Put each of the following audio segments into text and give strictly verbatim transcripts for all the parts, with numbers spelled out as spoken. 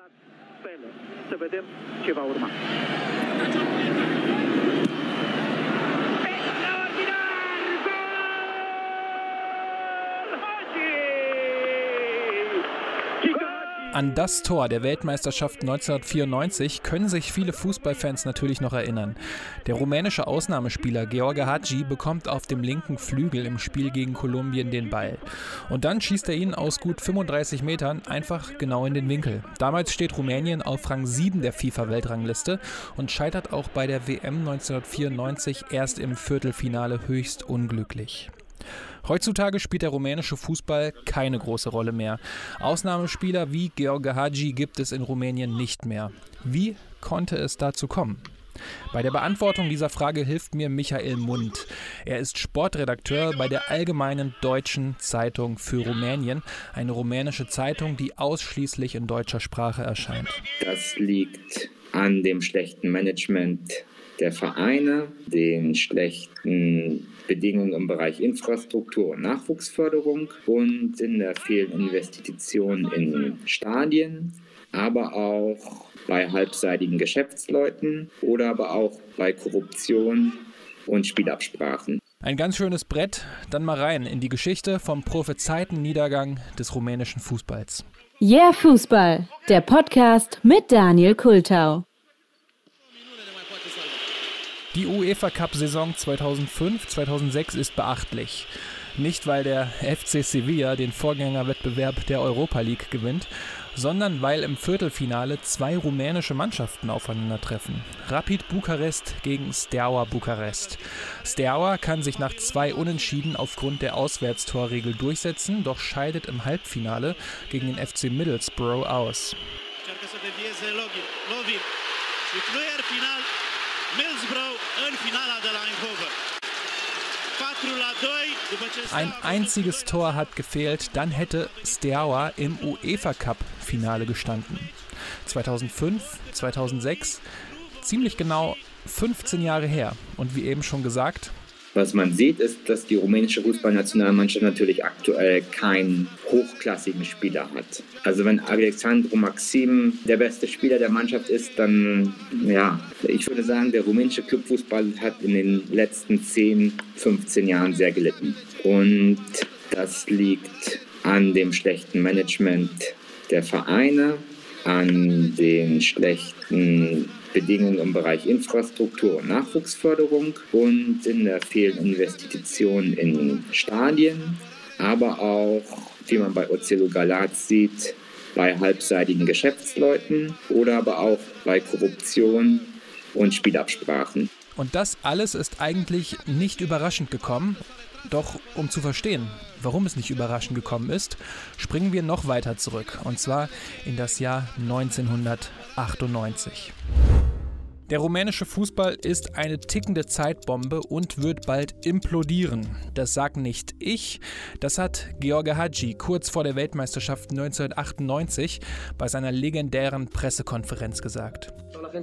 Să vedem ce va urma. An das Tor der Weltmeisterschaft neunzehnhundertvierundneunzig können sich viele Fußballfans natürlich noch erinnern. Der rumänische Ausnahmespieler Gheorghe Hagi bekommt auf dem linken Flügel im Spiel gegen Kolumbien den Ball. Und dann schießt er ihn aus gut fünfunddreißig Metern einfach genau in den Winkel. Damals steht Rumänien auf Rang sieben der FIFA-Weltrangliste und scheitert auch bei der W M neunzehnhundertvierundneunzig erst im Viertelfinale höchst unglücklich. Heutzutage spielt der rumänische Fußball keine große Rolle mehr. Ausnahmespieler wie Gheorghe Hagi gibt es in Rumänien nicht mehr. Wie konnte es dazu kommen? Bei der Beantwortung dieser Frage hilft mir Michael Mund. Er ist Sportredakteur bei der Allgemeinen Deutschen Zeitung für Rumänien, eine rumänische Zeitung, die ausschließlich in deutscher Sprache erscheint. Das liegt an dem schlechten Management der Vereine, den schlechten Bedingungen im Bereich Infrastruktur und Nachwuchsförderung und in der fehlenden Investition in Stadien, aber auch bei halbseitigen Geschäftsleuten oder aber auch bei Korruption und Spielabsprachen. Ein ganz schönes Brett, dann mal rein in die Geschichte vom prophezeiten Niedergang des rumänischen Fußballs. Yeah Fußball, der Podcast mit Daniel Kultau. Die UEFA-Cup-Saison zweitausendfünf zweitausendsechs ist beachtlich. Nicht, weil der F C Sevilla den Vorgängerwettbewerb der Europa League gewinnt, sondern weil im Viertelfinale zwei rumänische Mannschaften aufeinandertreffen. Rapid Bukarest gegen Steaua Bukarest. Steaua kann sich nach zwei Unentschieden aufgrund der Auswärtstorregel durchsetzen, doch scheidet im Halbfinale gegen den F C Middlesbrough aus. Ein einziges Tor hat gefehlt, dann hätte Steaua im UEFA-Cup-Finale gestanden. zweitausendfünf, zweitausendsechs, ziemlich genau fünfzehn Jahre her. Und wie eben schon gesagt, was man sieht, ist, dass die rumänische Fußballnationalmannschaft natürlich aktuell keinen hochklassigen Spieler hat. Also wenn Alexandru Maxim der beste Spieler der Mannschaft ist, dann, ja, ich würde sagen, der rumänische Clubfußball hat in den letzten zehn, fünfzehn Jahren sehr gelitten. Und das liegt an dem schlechten Management der Vereine, an den schlechten Bedingungen im Bereich Infrastruktur und Nachwuchsförderung und in der fehlenden Investition in Stadien, aber auch, wie man bei Oțelul Galați sieht, bei halbseitigen Geschäftsleuten oder aber auch bei Korruption und Spielabsprachen. Und das alles ist eigentlich nicht überraschend gekommen. Doch um zu verstehen, warum es nicht überraschend gekommen ist, springen wir noch weiter zurück, und zwar in das Jahr neunzehnhundertachtundneunzig. Der rumänische Fußball ist eine tickende Zeitbombe und wird bald implodieren. Das sagt nicht ich, das hat Gheorghe Hagi kurz vor der Weltmeisterschaft neunzehnhundertachtundneunzig bei seiner legendären Pressekonferenz gesagt.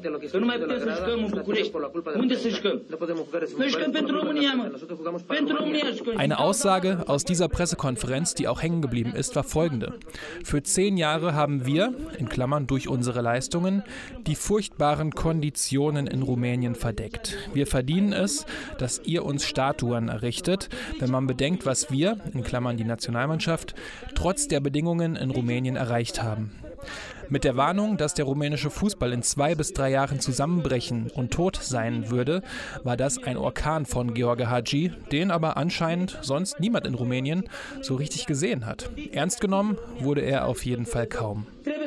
Eine Aussage aus dieser Pressekonferenz, die auch hängen geblieben ist, war folgende. Für zehn Jahre haben wir, in Klammern durch unsere Leistungen, die furchtbaren Konditionen in Rumänien verdeckt. Wir verdienen es, dass ihr uns Statuen errichtet, wenn man bedenkt, was wir, in Klammern die Nationalmannschaft, trotz der Bedingungen in Rumänien erreicht haben. Mit der Warnung, dass der rumänische Fußball in zwei bis drei Jahren zusammenbrechen und tot sein würde, war das ein Orkan von Gheorghe Hagi, den aber anscheinend sonst niemand in Rumänien so richtig gesehen hat. Ernst genommen wurde er auf jeden Fall kaum.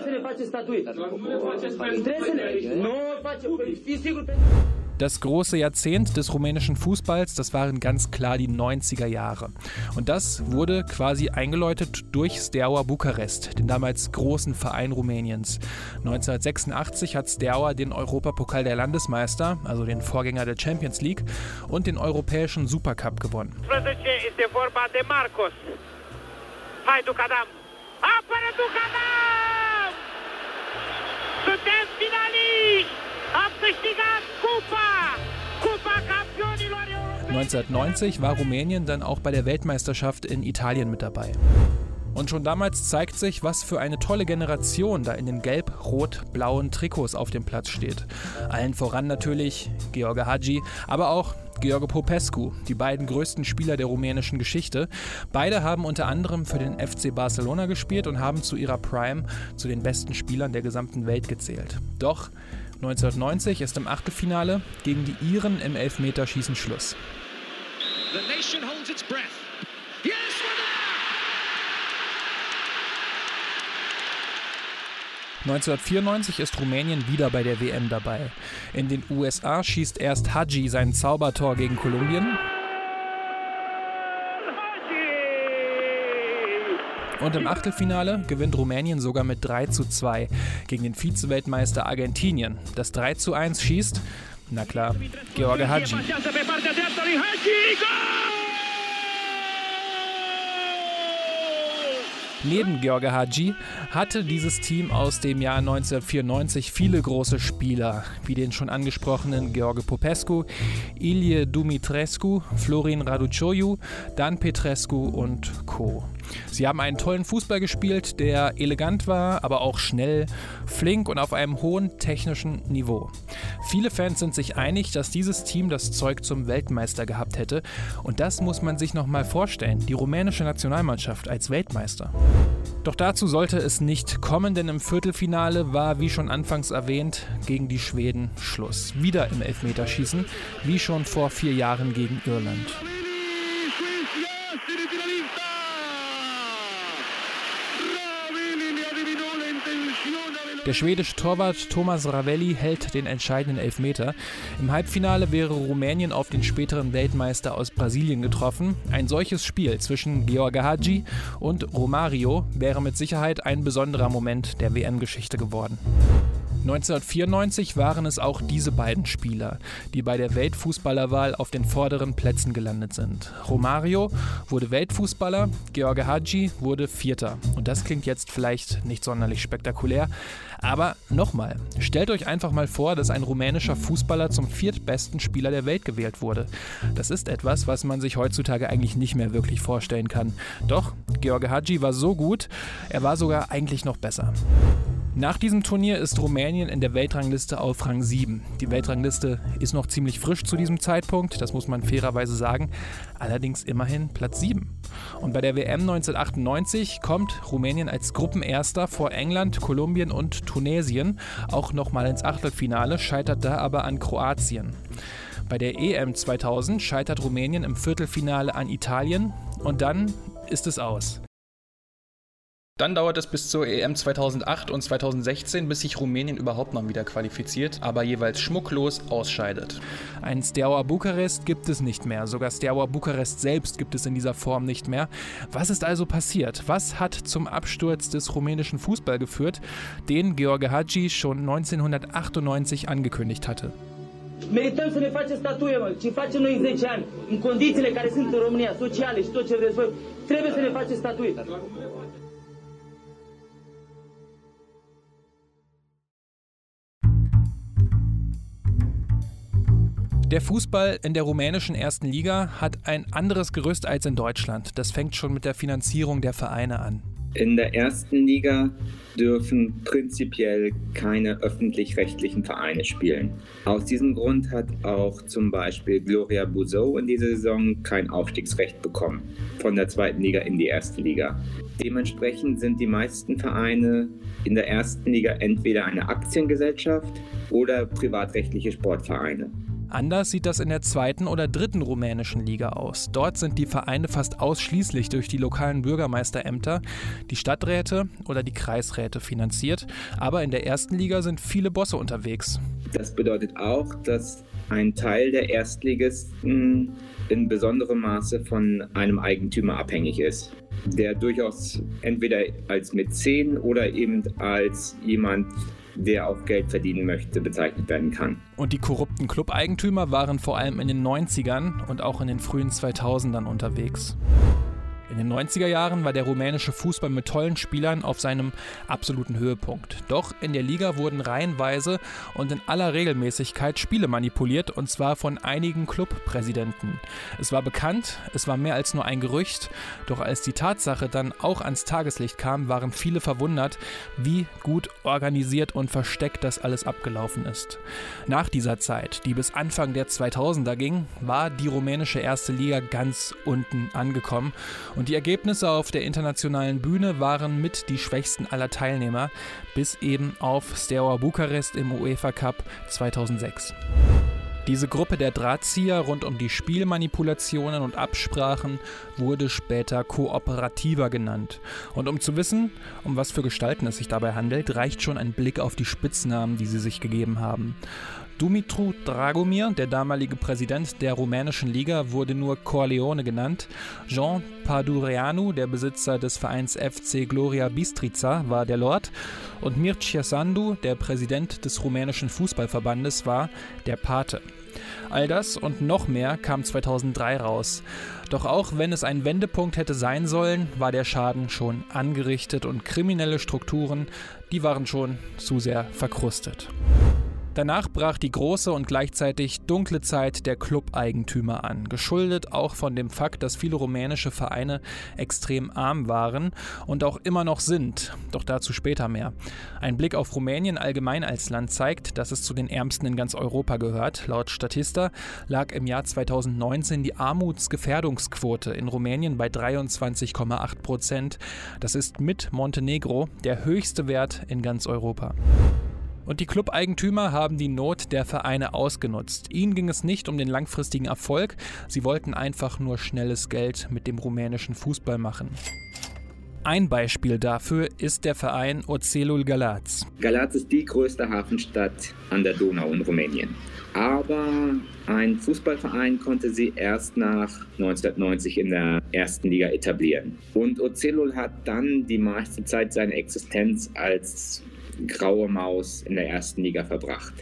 Das große Jahrzehnt des rumänischen Fußballs, das waren ganz klar die neunziger Jahre. Und das wurde quasi eingeläutet durch Steaua Bukarest, den damals großen Verein Rumäniens. neunzehnhundertsechsundachtzig hat Steaua den Europapokal der Landesmeister, also den Vorgänger der Champions League, und den europäischen Supercup gewonnen. ist der Vorba de Marcos. Hai Ducadam. Apără Ducadam! Suntem finaliști! Am câștigat cupa! Cupa campionilor europeni! neunzehnhundertneunzig war Rumänien dann auch bei der Weltmeisterschaft in Italien mit dabei. Und schon damals zeigt sich, was für eine tolle Generation da in den gelb-rot-blauen Trikots auf dem Platz steht. Allen voran natürlich Gheorghe Hagi, aber auch Gheorghe Popescu, die beiden größten Spieler der rumänischen Geschichte. Beide haben unter anderem für den F C Barcelona gespielt und haben zu ihrer Prime zu den besten Spielern der gesamten Welt gezählt. Doch neunzehnhundertneunzig ist im Achtelfinale gegen die Iren im Elfmeterschießen Schluss. The nation holds its breath. Yes, neunzehnhundertvierundneunzig ist Rumänien wieder bei der W M dabei. In den U S A schießt erst Hagi sein Zaubertor gegen Kolumbien. Und im Achtelfinale gewinnt Rumänien sogar mit drei zu zwei gegen den Vize-Weltmeister Argentinien. Das drei zu eins schießt, na klar, Gheorghe Hagi. Neben Gheorghe Hagi hatte dieses Team aus dem Jahr neunzehnhundertvierundneunzig viele große Spieler, wie den schon angesprochenen Gheorghe Popescu, Ilie Dumitrescu, Florin Raducioiu, Dan Petrescu und Co. Sie haben einen tollen Fußball gespielt, der elegant war, aber auch schnell, flink und auf einem hohen technischen Niveau. Viele Fans sind sich einig, dass dieses Team das Zeug zum Weltmeister gehabt hätte. Und das muss man sich noch mal vorstellen, die rumänische Nationalmannschaft als Weltmeister. Doch dazu sollte es nicht kommen, denn im Viertelfinale war, wie schon anfangs erwähnt, gegen die Schweden Schluss. Wieder im Elfmeterschießen, wie schon vor vier Jahren gegen Irland. Der schwedische Torwart Thomas Ravelli hält den entscheidenden Elfmeter. Im Halbfinale wäre Rumänien auf den späteren Weltmeister aus Brasilien getroffen. Ein solches Spiel zwischen Gheorghe Hagi und Romario wäre mit Sicherheit ein besonderer Moment der W M-Geschichte geworden. neunzehnhundertvierundneunzig waren es auch diese beiden Spieler, die bei der Weltfußballerwahl auf den vorderen Plätzen gelandet sind. Romario wurde Weltfußballer, Gheorghe Hagi wurde Vierter. Und das klingt jetzt vielleicht nicht sonderlich spektakulär, aber nochmal, stellt euch einfach mal vor, dass ein rumänischer Fußballer zum viertbesten Spieler der Welt gewählt wurde. Das ist etwas, was man sich heutzutage eigentlich nicht mehr wirklich vorstellen kann. Doch Gheorghe Hagi war so gut, er war sogar eigentlich noch besser. Nach diesem Turnier ist Rumänien in der Weltrangliste auf Rang sieben. Die Weltrangliste ist noch ziemlich frisch zu diesem Zeitpunkt, das muss man fairerweise sagen, allerdings immerhin Platz sieben. Und bei der W M neunzehnhundertachtundneunzig kommt Rumänien als Gruppenerster vor England, Kolumbien und Tunesien auch nochmal ins Achtelfinale, scheitert da aber an Kroatien. Bei der E M zweitausend scheitert Rumänien im Viertelfinale an Italien und dann ist es aus. Dann dauert es bis zur E M zweitausendacht und zweitausendsechzehn, bis sich Rumänien überhaupt noch wieder qualifiziert, aber jeweils schmucklos ausscheidet. Ein Steaua Bukarest gibt es nicht mehr, sogar Steaua Bukarest selbst gibt es in dieser Form nicht mehr. Was ist also passiert? Was hat zum Absturz des rumänischen Fußball geführt, den Gheorghe Hagi schon neunzehnhundertachtundneunzig angekündigt hatte? Merităm să ne faceți statuie, mă, ce facem noi în zece ani, în condițiile care sunt în România, sociale și tot ce vreți voi, trebuie să ne faceți statuie. Der Fußball in der rumänischen ersten Liga hat ein anderes Gerüst als in Deutschland. Das fängt schon mit der Finanzierung der Vereine an. In der ersten Liga dürfen prinzipiell keine öffentlich-rechtlichen Vereine spielen. Aus diesem Grund hat auch zum Beispiel Gloria Buzău in dieser Saison kein Aufstiegsrecht bekommen, von der zweiten Liga in die erste Liga. Dementsprechend sind die meisten Vereine in der ersten Liga entweder eine Aktiengesellschaft oder privatrechtliche Sportvereine. Anders sieht das in der zweiten oder dritten rumänischen Liga aus. Dort sind die Vereine fast ausschließlich durch die lokalen Bürgermeisterämter, die Stadträte oder die Kreisräte finanziert. Aber in der ersten Liga sind viele Bosse unterwegs. Das bedeutet auch, dass ein Teil der Erstligisten in besonderem Maße von einem Eigentümer abhängig ist, der durchaus entweder als Mäzen oder eben als jemand, der auch Geld verdienen möchte, bezeichnet werden kann. Und die korrupten Clubeigentümer waren vor allem in den neunzigern und auch in den frühen zweitausendern unterwegs. In den neunziger Jahren war der rumänische Fußball mit tollen Spielern auf seinem absoluten Höhepunkt. Doch in der Liga wurden reihenweise und in aller Regelmäßigkeit Spiele manipuliert, und zwar von einigen Clubpräsidenten. Es war bekannt, es war mehr als nur ein Gerücht, doch als die Tatsache dann auch ans Tageslicht kam, waren viele verwundert, wie gut organisiert und versteckt das alles abgelaufen ist. Nach dieser Zeit, die bis Anfang der zweitausender ging, war die rumänische erste Liga ganz unten angekommen. Und die Ergebnisse auf der internationalen Bühne waren mit die schwächsten aller Teilnehmer, bis eben auf Steaua Bukarest im UEFA Cup zweitausendsechs. Diese Gruppe der Drahtzieher rund um die Spielmanipulationen und Absprachen wurde später Kooperativer genannt. Und um zu wissen, um was für Gestalten es sich dabei handelt, reicht schon ein Blick auf die Spitznamen, die sie sich gegeben haben. Dumitru Dragomir, der damalige Präsident der rumänischen Liga, wurde nur Corleone genannt. Jean Padureanu, der Besitzer des Vereins F C Gloria Bistrița, war der Lord. Und Mircea Sandu, der Präsident des rumänischen Fußballverbandes, war der Pate. All das und noch mehr kam zweitausenddrei raus. Doch auch wenn es ein Wendepunkt hätte sein sollen, war der Schaden schon angerichtet und kriminelle Strukturen, die waren schon zu sehr verkrustet. Danach brach die große und gleichzeitig dunkle Zeit der Club-Eigentümer an, geschuldet auch von dem Fakt, dass viele rumänische Vereine extrem arm waren und auch immer noch sind, doch dazu später mehr. Ein Blick auf Rumänien allgemein als Land zeigt, dass es zu den ärmsten in ganz Europa gehört. Laut Statista lag im Jahr zweitausendneunzehn die Armutsgefährdungsquote in Rumänien bei dreiundzwanzig Komma acht Prozent. Das ist mit Montenegro der höchste Wert in ganz Europa. Und die Club-Eigentümer haben die Not der Vereine ausgenutzt. Ihnen ging es nicht um den langfristigen Erfolg, sie wollten einfach nur schnelles Geld mit dem rumänischen Fußball machen. Ein Beispiel dafür ist der Verein Oțelul Galați. Galați ist die größte Hafenstadt an der Donau in Rumänien. Aber ein Fußballverein konnte sie erst nach neunzehnhundertneunzig in der ersten Liga etablieren. Und Oțelul hat dann die meiste Zeit seine Existenz als graue Maus in der ersten Liga verbracht.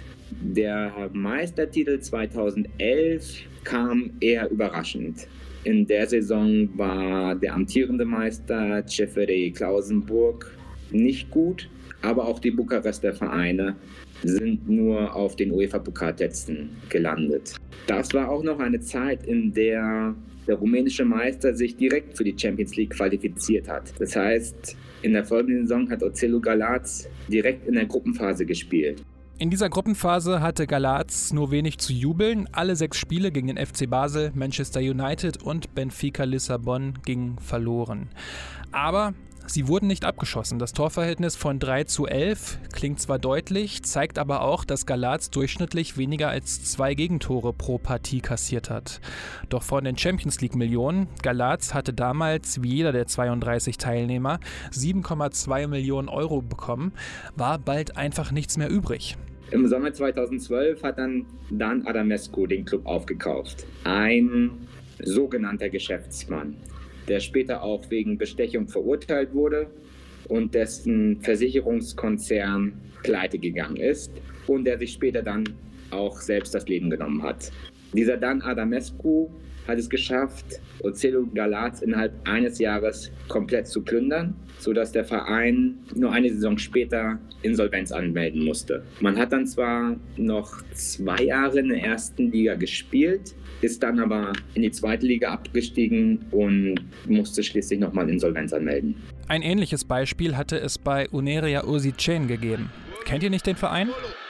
Der Meistertitel zweitausendelf kam eher überraschend. In der Saison war der amtierende Meister C F R Klausenburg nicht gut, aber auch die Bukarester Vereine sind nur auf den UEFA-Pokalplätzen gelandet. Das war auch noch eine Zeit, in der der rumänische Meister sich direkt für die Champions League qualifiziert hat. Das heißt, in der folgenden Saison hat Oțelul Galați direkt in der Gruppenphase gespielt. In dieser Gruppenphase hatte Galați nur wenig zu jubeln. Alle sechs Spiele gegen den F C Basel, Manchester United und Benfica Lissabon gingen verloren. Aber sie wurden nicht abgeschossen. Das Torverhältnis von drei zu elf klingt zwar deutlich, zeigt aber auch, dass Galați durchschnittlich weniger als zwei Gegentore pro Partie kassiert hat. Doch von den Champions League Millionen, Galați hatte damals, wie jeder der zweiunddreißig Teilnehmer, sieben Komma zwei Millionen Euro bekommen, war bald einfach nichts mehr übrig. Im Sommer zweitausendzwölf hat dann Dan Adamescu den Club aufgekauft. Ein sogenannter Geschäftsmann, der später auch wegen Bestechung verurteilt wurde und dessen Versicherungskonzern pleite gegangen ist und der sich später dann auch selbst das Leben genommen hat. Dieser Dan Adamescu hat es geschafft, Oțelul Galați innerhalb eines Jahres komplett zu plündern, sodass der Verein nur eine Saison später Insolvenz anmelden musste. Man hat dann zwar noch zwei Jahre in der ersten Liga gespielt, ist dann aber in die zweite Liga abgestiegen und musste schließlich nochmal Insolvenz anmelden. Ein ähnliches Beispiel hatte es bei Unerea Urziceni gegeben. Kennt ihr nicht den Verein?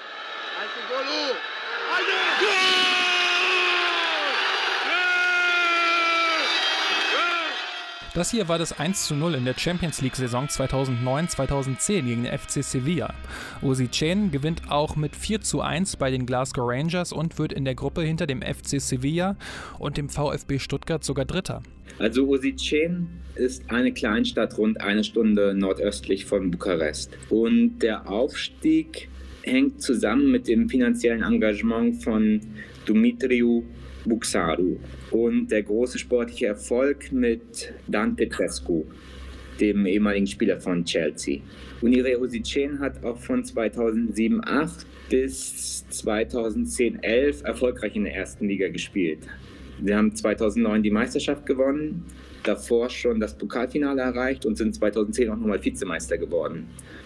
Das hier war das eins zu null in der Champions League-Saison zweitausendneun zweitausendzehn gegen den F C Sevilla. Urziceni gewinnt auch mit vier zu eins bei den Glasgow Rangers und wird in der Gruppe hinter dem F C Sevilla und dem VfB Stuttgart sogar Dritter. Also Urziceni ist eine Kleinstadt rund eine Stunde nordöstlich von Bukarest. Und der Aufstieg hängt zusammen mit dem finanziellen Engagement von Dumitriu Buxaru und der große sportliche Erfolg mit Dan Petrescu, dem ehemaligen Spieler von Chelsea. Unerea Urziceni hat auch von zweitausendsieben acht bis zweitausendzehn elf erfolgreich in der ersten Liga gespielt. Sie haben zweitausendneun die Meisterschaft gewonnen, davor schon das Pokalfinale erreicht und sind zweitausendzehn auch nochmal Vizemeister geworden.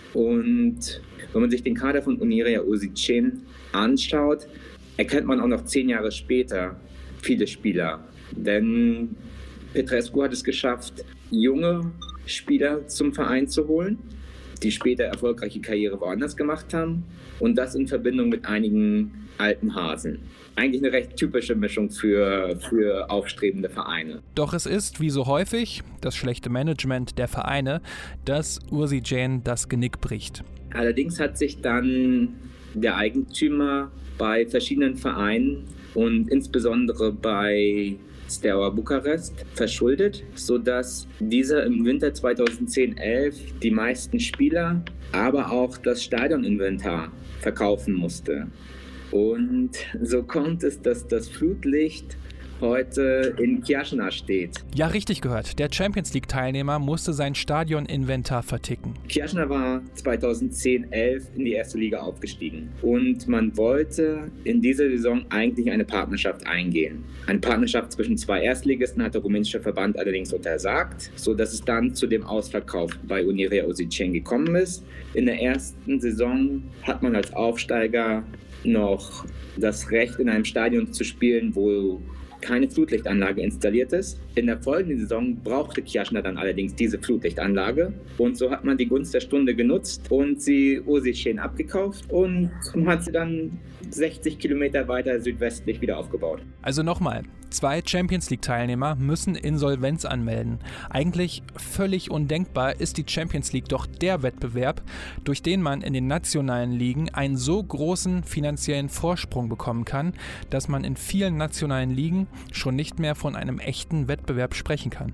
Und wenn man sich den Kader von Unirea Osijek anschaut, erkennt man auch noch zehn Jahre später viele Spieler. Denn Petrescu hat es geschafft, junge Spieler zum Verein zu holen, die später erfolgreiche Karriere woanders gemacht haben. Und das in Verbindung mit einigen alten Hasen. Eigentlich eine recht typische Mischung für, für aufstrebende Vereine. Doch es ist, wie so häufig, das schlechte Management der Vereine, dass Osijek das Genick bricht. Allerdings hat sich dann der Eigentümer bei verschiedenen Vereinen und insbesondere bei Steaua Bukarest verschuldet, sodass dieser im Winter zweitausendzehn elf die meisten Spieler, aber auch das Stadioninventar verkaufen musste. Und so kommt es, dass das Flutlicht heute in Chiajna steht. Ja, richtig gehört. Der Champions League-Teilnehmer musste sein Stadioninventar verticken. Chiajna war zweitausendzehn elf in die erste Liga aufgestiegen. Und man wollte in dieser Saison eigentlich eine Partnerschaft eingehen. Eine Partnerschaft zwischen zwei Erstligisten hat der rumänische Verband allerdings untersagt, sodass es dann zu dem Ausverkauf bei Unirea Osijek gekommen ist. In der ersten Saison hat man als Aufsteiger noch das Recht, in einem Stadion zu spielen, wo keine Flutlichtanlage installiert ist. In der folgenden Saison brauchte Chiajna dann allerdings diese Flutlichtanlage und so hat man die Gunst der Stunde genutzt und sie Osijek abgekauft und hat sie dann sechzig Kilometer weiter südwestlich wieder aufgebaut. Also nochmal, zwei Champions League-Teilnehmer müssen Insolvenz anmelden. Eigentlich völlig undenkbar ist die Champions League doch der Wettbewerb, durch den man in den nationalen Ligen einen so großen finanziellen Vorsprung bekommen kann, dass man in vielen nationalen Ligen schon nicht mehr von einem echten Wettbewerb sprechen kann.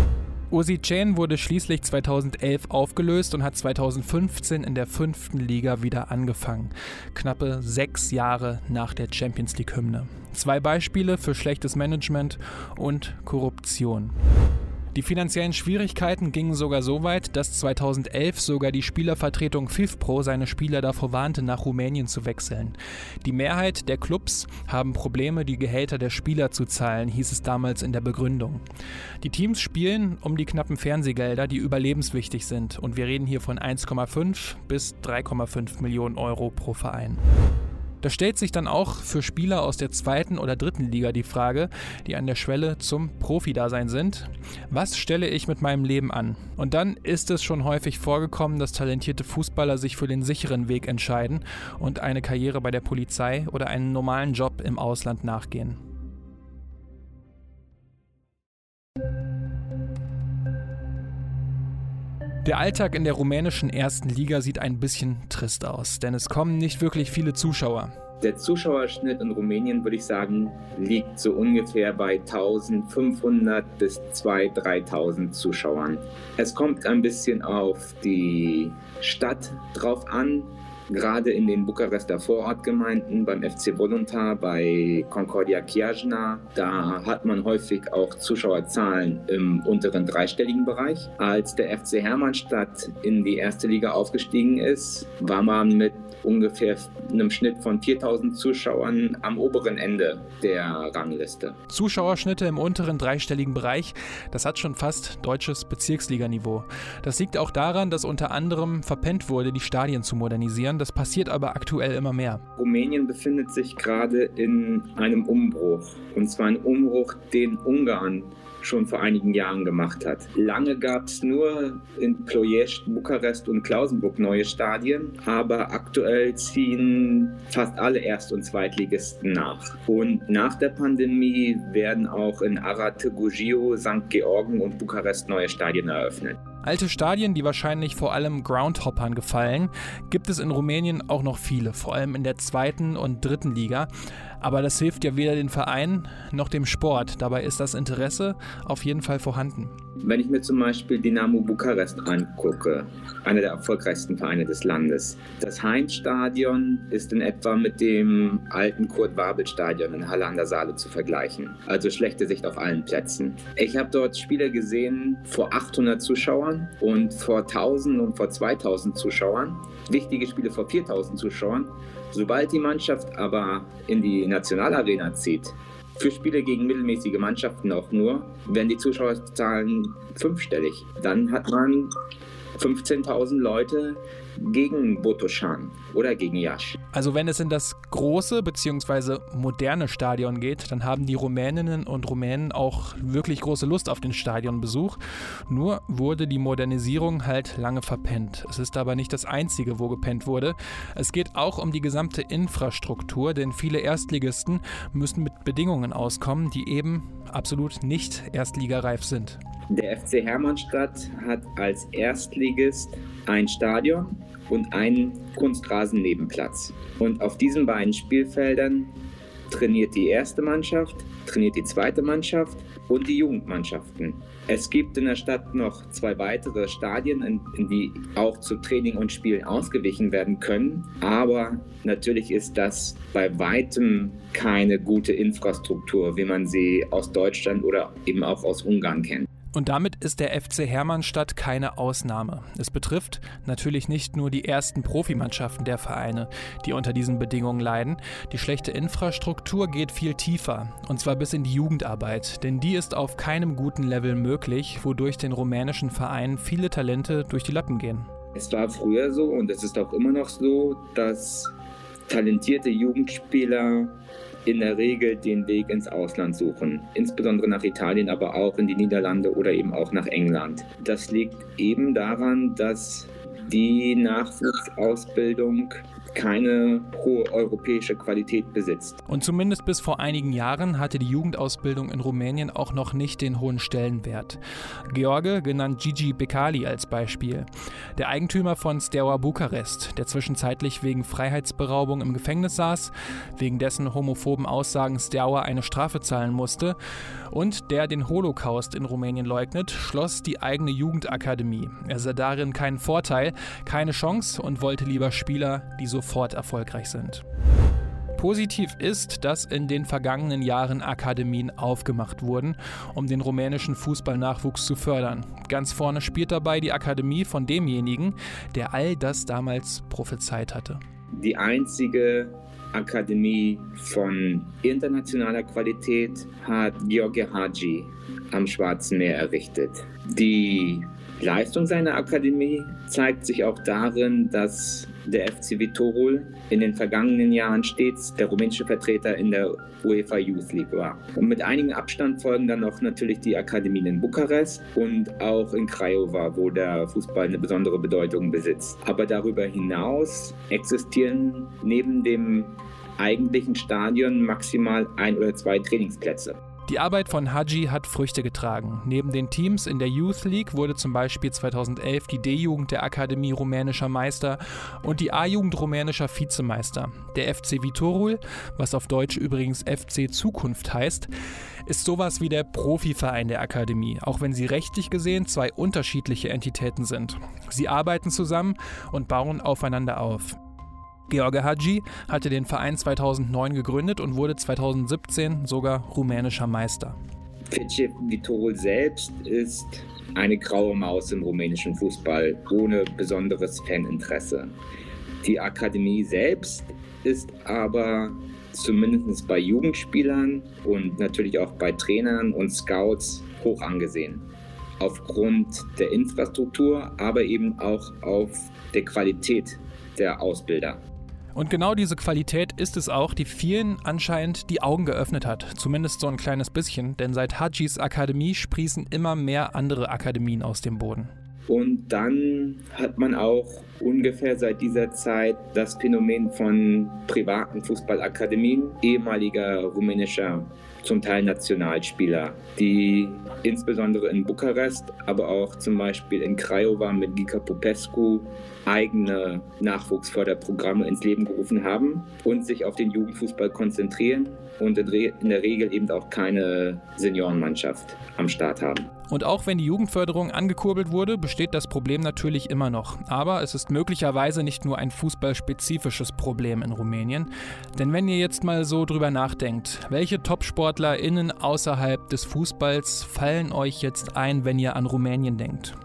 Osijek wurde schließlich zweitausendelf aufgelöst und hat zweitausendfünfzehn in der fünften Liga wieder angefangen. Knappe sechs Jahre nach der Champions League-Hymne. Zwei Beispiele für schlechtes Management und Korruption. Die finanziellen Schwierigkeiten gingen sogar so weit, dass zweitausendelf sogar die Spielervertretung FIFPro seine Spieler davor warnte, nach Rumänien zu wechseln. Die Mehrheit der Clubs haben Probleme, die Gehälter der Spieler zu zahlen, hieß es damals in der Begründung. Die Teams spielen um die knappen Fernsehgelder, die überlebenswichtig sind. Und wir reden hier von eins Komma fünf bis drei Komma fünf Millionen Euro pro Verein. Da stellt sich dann auch für Spieler aus der zweiten oder dritten Liga die Frage, die an der Schwelle zum Profi-Dasein sind: Was stelle ich mit meinem Leben an? Und dann ist es schon häufig vorgekommen, dass talentierte Fußballer sich für den sicheren Weg entscheiden und eine Karriere bei der Polizei oder einen normalen Job im Ausland nachgehen. Der Alltag in der rumänischen ersten Liga sieht ein bisschen trist aus, denn es kommen nicht wirklich viele Zuschauer. Der Zuschauerschnitt in Rumänien, würde ich sagen, liegt so ungefähr bei eintausendfünfhundert bis zweitausend, dreitausend Zuschauern. Es kommt ein bisschen auf die Stadt drauf an. Gerade in den Bukarester Vorortgemeinden, beim F C Voluntar, bei Concordia Chiajna, da hat man häufig auch Zuschauerzahlen im unteren dreistelligen Bereich. Als der F C Hermannstadt in die erste Liga aufgestiegen ist, war man mit ungefähr einem Schnitt von viertausend Zuschauern am oberen Ende der Rangliste. Zuschauerschnitte im unteren dreistelligen Bereich, das hat schon fast deutsches Bezirksliganiveau. Das liegt auch daran, dass unter anderem verpennt wurde, die Stadien zu modernisieren. Das passiert aber aktuell immer mehr. Rumänien befindet sich gerade in einem Umbruch. Und zwar ein Umbruch, den Ungarn schon vor einigen Jahren gemacht hat. Lange gab es nur in Ploiești, Bukarest und Klausenburg neue Stadien, aber aktuell ziehen fast alle Erst- und Zweitligisten nach. Und nach der Pandemie werden auch in Arad, Târgu Jiu, Sankt Georgen und Bukarest neue Stadien eröffnet. Alte Stadien, die wahrscheinlich vor allem Groundhoppern gefallen, gibt es in Rumänien auch noch viele, vor allem in der zweiten und dritten Liga. Aber das hilft ja weder den Verein noch dem Sport. Dabei ist das Interesse auf jeden Fall vorhanden. Wenn ich mir zum Beispiel Dinamo Bukarest angucke, einer der erfolgreichsten Vereine des Landes, das Heimstadion ist in etwa mit dem alten Kurt-Wabel-Stadion in Halle an der Saale zu vergleichen. Also schlechte Sicht auf allen Plätzen. Ich habe dort Spiele gesehen vor achthundert Zuschauern und vor tausend und vor zweitausend Zuschauern. Wichtige Spiele vor viertausend Zuschauern. Sobald die Mannschaft aber in die Nationalarena zieht, Für Spiele gegen mittelmäßige Mannschaften auch nur, werden die Zuschauerzahlen fünfstellig. Dann hat man fünfzehntausend Leute gegen Botoşan oder gegen Iași. Also wenn es in das große bzw. moderne Stadion geht, dann haben die Rumäninnen und Rumänen auch wirklich große Lust auf den Stadionbesuch. Nur wurde die Modernisierung halt lange verpennt. Es ist aber nicht das Einzige, wo gepennt wurde. Es geht auch um die gesamte Infrastruktur, denn viele Erstligisten müssen mit Bedingungen auskommen, die eben absolut nicht erstligareif sind. Der F C Hermannstadt hat als Erstligist ein Stadion und einen Kunstrasennebenplatz. Und auf diesen beiden Spielfeldern trainiert die erste Mannschaft, trainiert die zweite Mannschaft und die Jugendmannschaften. Es gibt in der Stadt noch zwei weitere Stadien, in, in die auch zu Training und Spielen ausgewichen werden können. Aber natürlich ist das bei weitem keine gute Infrastruktur, wie man sie aus Deutschland oder eben auch aus Ungarn kennt. Und damit ist der F C Hermannstadt keine Ausnahme. Es betrifft natürlich nicht nur die ersten Profimannschaften der Vereine, die unter diesen Bedingungen leiden. Die schlechte Infrastruktur geht viel tiefer, und zwar bis in die Jugendarbeit, denn die ist auf keinem guten Level möglich, wodurch den rumänischen Vereinen viele Talente durch die Lappen gehen. Es war früher so und es ist auch immer noch so, dass talentierte Jugendspieler in der Regel den Weg ins Ausland suchen, insbesondere nach Italien, aber auch in die Niederlande oder eben auch nach England. Das liegt eben daran, dass die Nachwuchsausbildung keine hohe europäische Qualität besitzt. Und zumindest bis vor einigen Jahren hatte die Jugendausbildung in Rumänien auch noch nicht den hohen Stellenwert. George, genannt Gigi Becali als Beispiel, der Eigentümer von Steaua Bukarest, der zwischenzeitlich wegen Freiheitsberaubung im Gefängnis saß, wegen dessen homophoben Aussagen Steaua eine Strafe zahlen musste und der den Holocaust in Rumänien leugnet, schloss die eigene Jugendakademie. Er sah darin keinen Vorteil, keine Chance und wollte lieber Spieler, die sofort erfolgreich sind. Positiv ist, dass in den vergangenen Jahren Akademien aufgemacht wurden, um den rumänischen Fußballnachwuchs zu fördern. Ganz vorne spielt dabei die Akademie von demjenigen, der all das damals prophezeit hatte. Die einzige Akademie von internationaler Qualität hat Gheorghe Hagi am Schwarzen Meer errichtet. Die Leistung seiner Akademie zeigt sich auch darin, dass der F C Viitorul in den vergangenen Jahren stets der rumänische Vertreter in der UEFA Youth League war. Und mit einigem Abstand folgen dann noch natürlich die Akademien in Bukarest und auch in Craiova, wo der Fußball eine besondere Bedeutung besitzt. Aber darüber hinaus existieren neben dem eigentlichen Stadion maximal ein oder zwei Trainingsplätze. Die Arbeit von Hagi hat Früchte getragen. Neben den Teams in der Youth League wurde zum Beispiel zweitausendelf die D-Jugend der Akademie rumänischer Meister und die A-Jugend rumänischer Vizemeister. Der F C Viitorul, was auf Deutsch übrigens F C Zukunft heißt, ist sowas wie der Profiverein der Akademie, auch wenn sie rechtlich gesehen zwei unterschiedliche Entitäten sind. Sie arbeiten zusammen und bauen aufeinander auf. Gheorghe Hagi hatte den Verein zweitausendneun gegründet und wurde zweitausendsiebzehn sogar rumänischer Meister. F C Viitorul selbst ist eine graue Maus im rumänischen Fußball, ohne besonderes Faninteresse. Die Akademie selbst ist aber zumindest bei Jugendspielern und natürlich auch bei Trainern und Scouts hoch angesehen. Aufgrund der Infrastruktur, aber eben auch auf der Qualität der Ausbilder. Und genau diese Qualität ist es auch, die vielen anscheinend die Augen geöffnet hat. Zumindest so ein kleines bisschen, denn seit Hagis Akademie sprießen immer mehr andere Akademien aus dem Boden. Und dann hat man auch ungefähr seit dieser Zeit das Phänomen von privaten Fußballakademien ehemaliger rumänischer, zum Teil Nationalspieler, die insbesondere in Bukarest, aber auch zum Beispiel in Craiova mit Gica Popescu eigene Nachwuchsförderprogramme ins Leben gerufen haben und sich auf den Jugendfußball konzentrieren und in, Re- in der Regel eben auch keine Seniorenmannschaft am Start haben. Und auch wenn die Jugendförderung angekurbelt wurde, besteht das Problem natürlich immer noch. Aber es ist möglicherweise nicht nur ein fußballspezifisches Problem in Rumänien. Denn wenn ihr jetzt mal so drüber nachdenkt, welche TopsportlerInnen außerhalb des Fußballs fallen euch jetzt ein, wenn ihr an Rumänien denkt?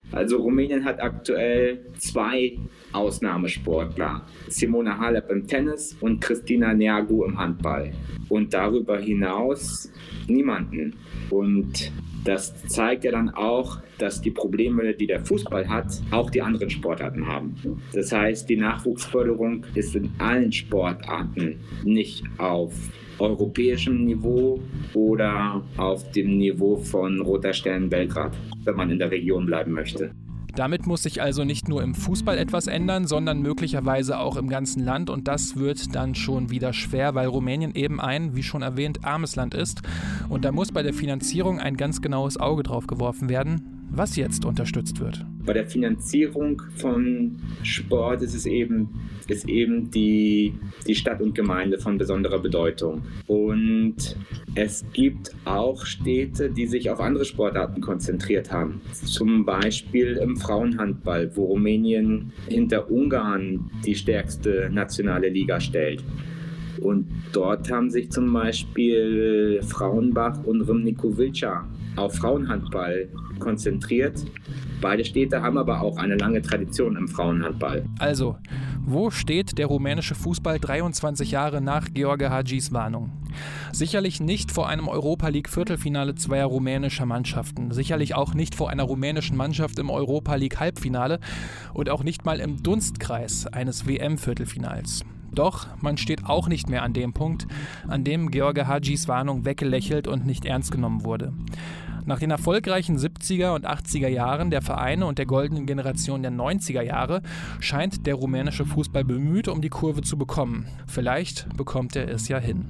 Also Rumänien hat aktuell zwei Ausnahmesportler. Simona Halep im Tennis und Cristina Neagu im Handball. Und darüber hinaus niemanden. Und das zeigt ja dann auch, dass die Probleme, die der Fußball hat, auch die anderen Sportarten haben. Das heißt, die Nachwuchsförderung ist in allen Sportarten nicht auf europäischem Niveau oder auf dem Niveau von Roter Stern Belgrad, wenn man in der Region bleiben möchte. Damit muss sich also nicht nur im Fußball etwas ändern, sondern möglicherweise auch im ganzen Land. Und das wird dann schon wieder schwer, weil Rumänien eben ein, wie schon erwähnt, armes Land ist. Und da muss bei der Finanzierung ein ganz genaues Auge drauf geworfen werden, was jetzt unterstützt wird. Bei der Finanzierung von Sport ist es eben, ist eben die, die Stadt und Gemeinde von besonderer Bedeutung. Und es gibt auch Städte, die sich auf andere Sportarten konzentriert haben. Zum Beispiel im Frauenhandball, wo Rumänien hinter Ungarn die stärkste nationale Liga stellt. Und dort haben sich zum Beispiel Frauenbach und Râmnicu-Vâlcea auf Frauenhandball konzentriert. Beide Städte haben aber auch eine lange Tradition im Frauenhandball. Also, wo steht der rumänische Fußball dreiundzwanzig Jahre nach Gheorghe Hagi's Warnung? Sicherlich nicht vor einem Europa-League-Viertelfinale zweier rumänischer Mannschaften. Sicherlich auch nicht vor einer rumänischen Mannschaft im Europa-League-Halbfinale und auch nicht mal im Dunstkreis eines W M-Viertelfinals. Doch man steht auch nicht mehr an dem Punkt, an dem Gheorghe Hagi's Warnung weggelächelt und nicht ernst genommen wurde. Nach den erfolgreichen siebziger und achtziger Jahren der Vereine und der goldenen Generation der neunziger Jahre scheint der rumänische Fußball bemüht, um die Kurve zu bekommen. Vielleicht bekommt er es ja hin.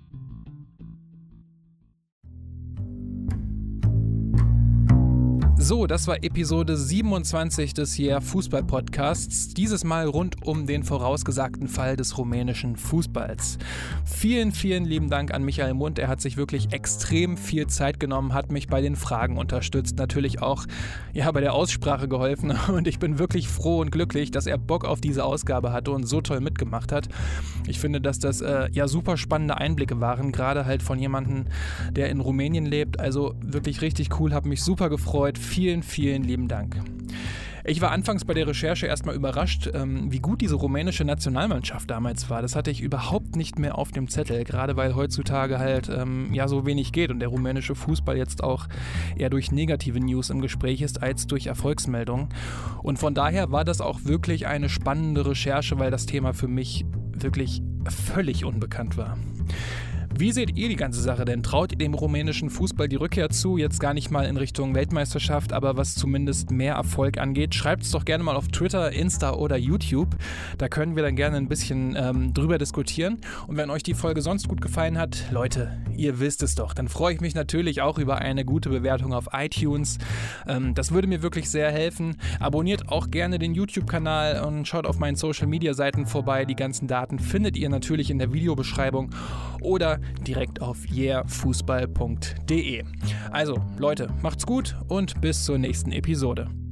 So, das war Episode siebenundzwanzig des Yeah Fußball Podcasts. Dieses Mal rund um den vorausgesagten Fall des rumänischen Fußballs. Vielen, vielen lieben Dank an Michael Mund. Er hat sich wirklich extrem viel Zeit genommen, hat mich bei den Fragen unterstützt, natürlich auch ja, bei der Aussprache geholfen. Und ich bin wirklich froh und glücklich, dass er Bock auf diese Ausgabe hatte und so toll mitgemacht hat. Ich finde, dass das äh, ja super spannende Einblicke waren, gerade halt von jemandem, der in Rumänien lebt. Also wirklich richtig cool, habe mich super gefreut. Vielen, vielen lieben Dank. Ich war anfangs bei der Recherche erstmal überrascht, ähm, wie gut diese rumänische Nationalmannschaft damals war. Das hatte ich überhaupt nicht mehr auf dem Zettel, gerade weil heutzutage halt ähm, ja so wenig geht und der rumänische Fußball jetzt auch eher durch negative News im Gespräch ist als durch Erfolgsmeldungen. Und von daher war das auch wirklich eine spannende Recherche, weil das Thema für mich wirklich völlig unbekannt war. Wie seht ihr die ganze Sache denn? Traut ihr dem rumänischen Fußball die Rückkehr zu? Jetzt gar nicht mal in Richtung Weltmeisterschaft, aber was zumindest mehr Erfolg angeht. Schreibt es doch gerne mal auf Twitter, Insta oder YouTube. Da können wir dann gerne ein bisschen ähm, drüber diskutieren. Und wenn euch die Folge sonst gut gefallen hat, Leute, ihr wisst es doch, dann freue ich mich natürlich auch über eine gute Bewertung auf iTunes. Ähm, das würde mir wirklich sehr helfen. Abonniert auch gerne den YouTube-Kanal und schaut auf meinen Social-Media-Seiten vorbei. Die ganzen Daten findet ihr natürlich in der Videobeschreibung oder direkt auf yeah fußball punkt de. Also, Leute, macht's gut und bis zur nächsten Episode.